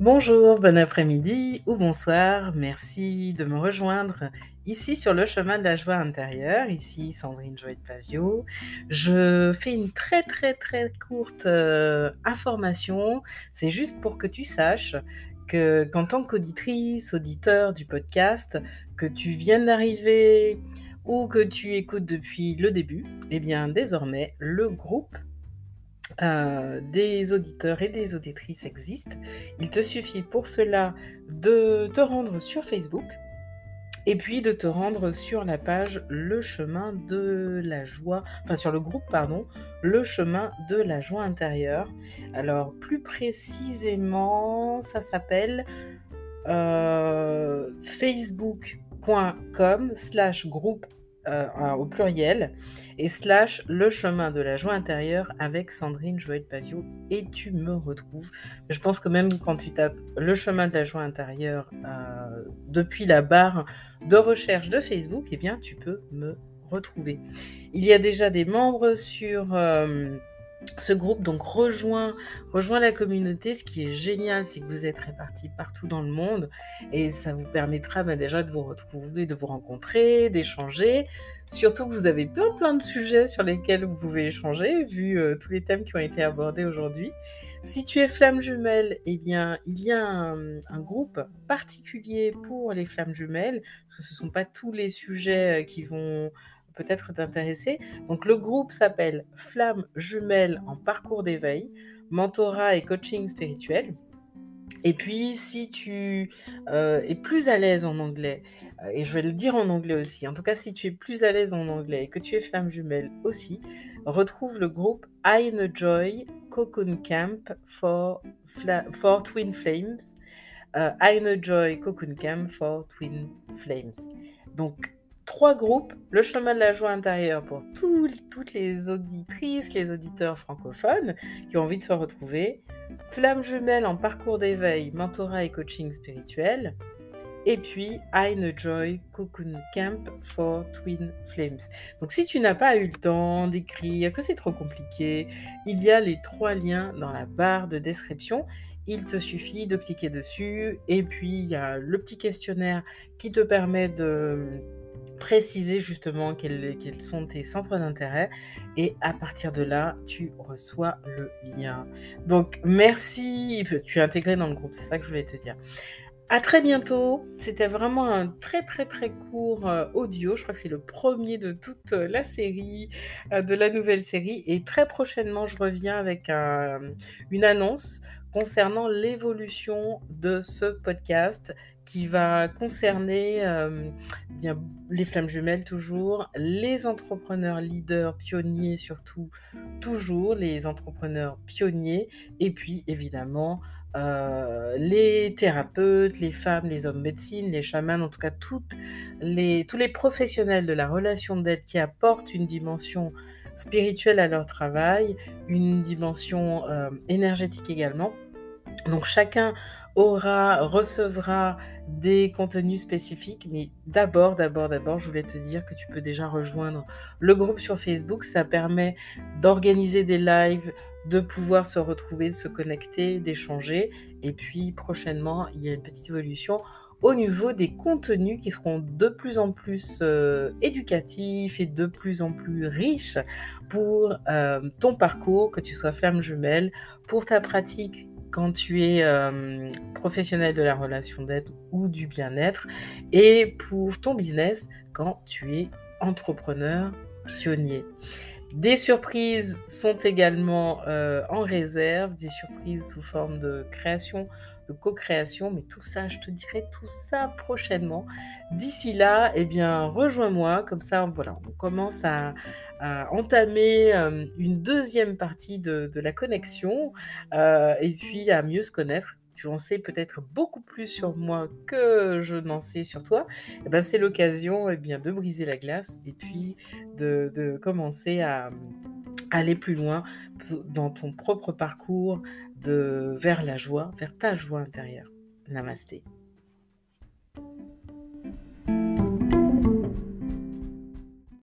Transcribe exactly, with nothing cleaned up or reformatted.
Bonjour, bon après-midi ou bonsoir. Merci de me rejoindre ici sur le chemin de la joie intérieure. Ici Sandrine Joël Pazio. Je fais une très très très courte euh, information. C'est juste pour que tu saches que qu'en tant qu'auditrice, auditeur du podcast, que tu viennes d'arriver ou que tu écoutes depuis le début, eh bien désormais le groupe euh, des auditeurs et des auditrices existent. Il te suffit pour cela de te rendre sur Facebook et puis de te rendre sur la page Le chemin de la joie, enfin sur le groupe, pardon, Le chemin de la joie intérieure. Alors plus précisément, ça s'appelle euh, facebook.com slash groupe euh, au pluriel et slash le chemin de la joie intérieure avec Sandrine Joël Pavio et tu me retrouves. Je pense que même quand tu tapes le chemin de la joie intérieure euh, depuis la barre de recherche de Facebook, eh bien tu peux me retrouver. Il y a déjà des membres sur euh, ce groupe, donc rejoins, rejoins la communauté. Ce qui est génial, c'est que vous êtes répartis partout dans le monde et ça vous permettra bah, déjà de vous retrouver, de vous rencontrer, d'échanger. Surtout que vous avez plein plein de sujets sur lesquels vous pouvez échanger, vu euh, tous les thèmes qui ont été abordés aujourd'hui. Si tu es flamme jumelle, eh bien, il y a un, un groupe particulier pour les flammes jumelles, parce que ce ne sont pas tous les sujets qui vont peut-être t'intéresser. Donc le groupe s'appelle Flammes jumelles en parcours d'éveil, mentorat et coaching spirituel. Et puis, si tu euh, es plus à l'aise en anglais, euh, et je vais le dire en anglais aussi, en tout cas, si tu es plus à l'aise en anglais et que tu es flamme jumelle aussi, retrouve le groupe I Enjoy Cocoon Camp for, Fla- for Twin Flames. Euh, I Enjoy Cocoon Camp for Twin Flames. Donc, trois groupes, le chemin de la joie intérieure pour tout, toutes les auditrices, les auditeurs francophones qui ont envie de se retrouver, Flammes jumelles en parcours d'éveil, mentorat et coaching spirituel, et puis I Enjoy Cocoon Camp for Twin Flames. Donc si tu n'as pas eu le temps d'écrire, que c'est trop compliqué, il y a les trois liens dans la barre de description. Il te suffit de cliquer dessus et puis il y a le petit questionnaire qui te permet de préciser justement quels, quels sont tes centres d'intérêt et à partir de là, tu reçois le lien. Donc merci, tu es intégré dans le groupe, c'est ça que je voulais te dire. À très bientôt. C'était vraiment un très très très court euh, audio. Je crois que c'est le premier de toute euh, la série, euh, de la nouvelle série. Et très prochainement, je reviens avec un- une annonce concernant l'évolution de ce podcast qui va concerner euh, bien, les flammes jumelles toujours, les entrepreneurs leaders, pionniers surtout, toujours les entrepreneurs pionniers, et puis évidemment euh, les thérapeutes, les femmes, les hommes médecine, les chamans, en tout cas toutes les, tous les professionnels de la relation d'aide qui apportent une dimension spirituelle à leur travail, une dimension euh, énergétique également. Donc chacun aura, recevra des contenus spécifiques, mais d'abord, d'abord, d'abord, je voulais te dire que tu peux déjà rejoindre le groupe sur Facebook. Ça permet d'organiser des lives, de pouvoir se retrouver, de se connecter, d'échanger. Et puis prochainement, il y a une petite évolution au niveau des contenus qui seront de plus en plus euh, éducatifs et de plus en plus riches pour euh, ton parcours, que tu sois flamme jumelle, pour ta pratique quand tu es euh, professionnel de la relation d'aide ou du bien-être, et pour ton business quand tu es entrepreneur pionnier. Des surprises sont également euh, en réserve, des surprises sous forme de création, de co-création, mais tout ça, je te dirai tout ça prochainement. D'ici là, eh bien, rejoins-moi, comme ça, voilà, on commence à, à entamer euh, une deuxième partie de, de la connexion, euh, et puis à mieux se connaître. Tu en sais peut-être beaucoup plus sur moi que je n'en sais sur toi. Eh ben, c'est l'occasion eh bien, de briser la glace et puis de, de commencer à, à aller plus loin dans ton propre parcours de, vers la joie, vers ta joie intérieure. Namasté.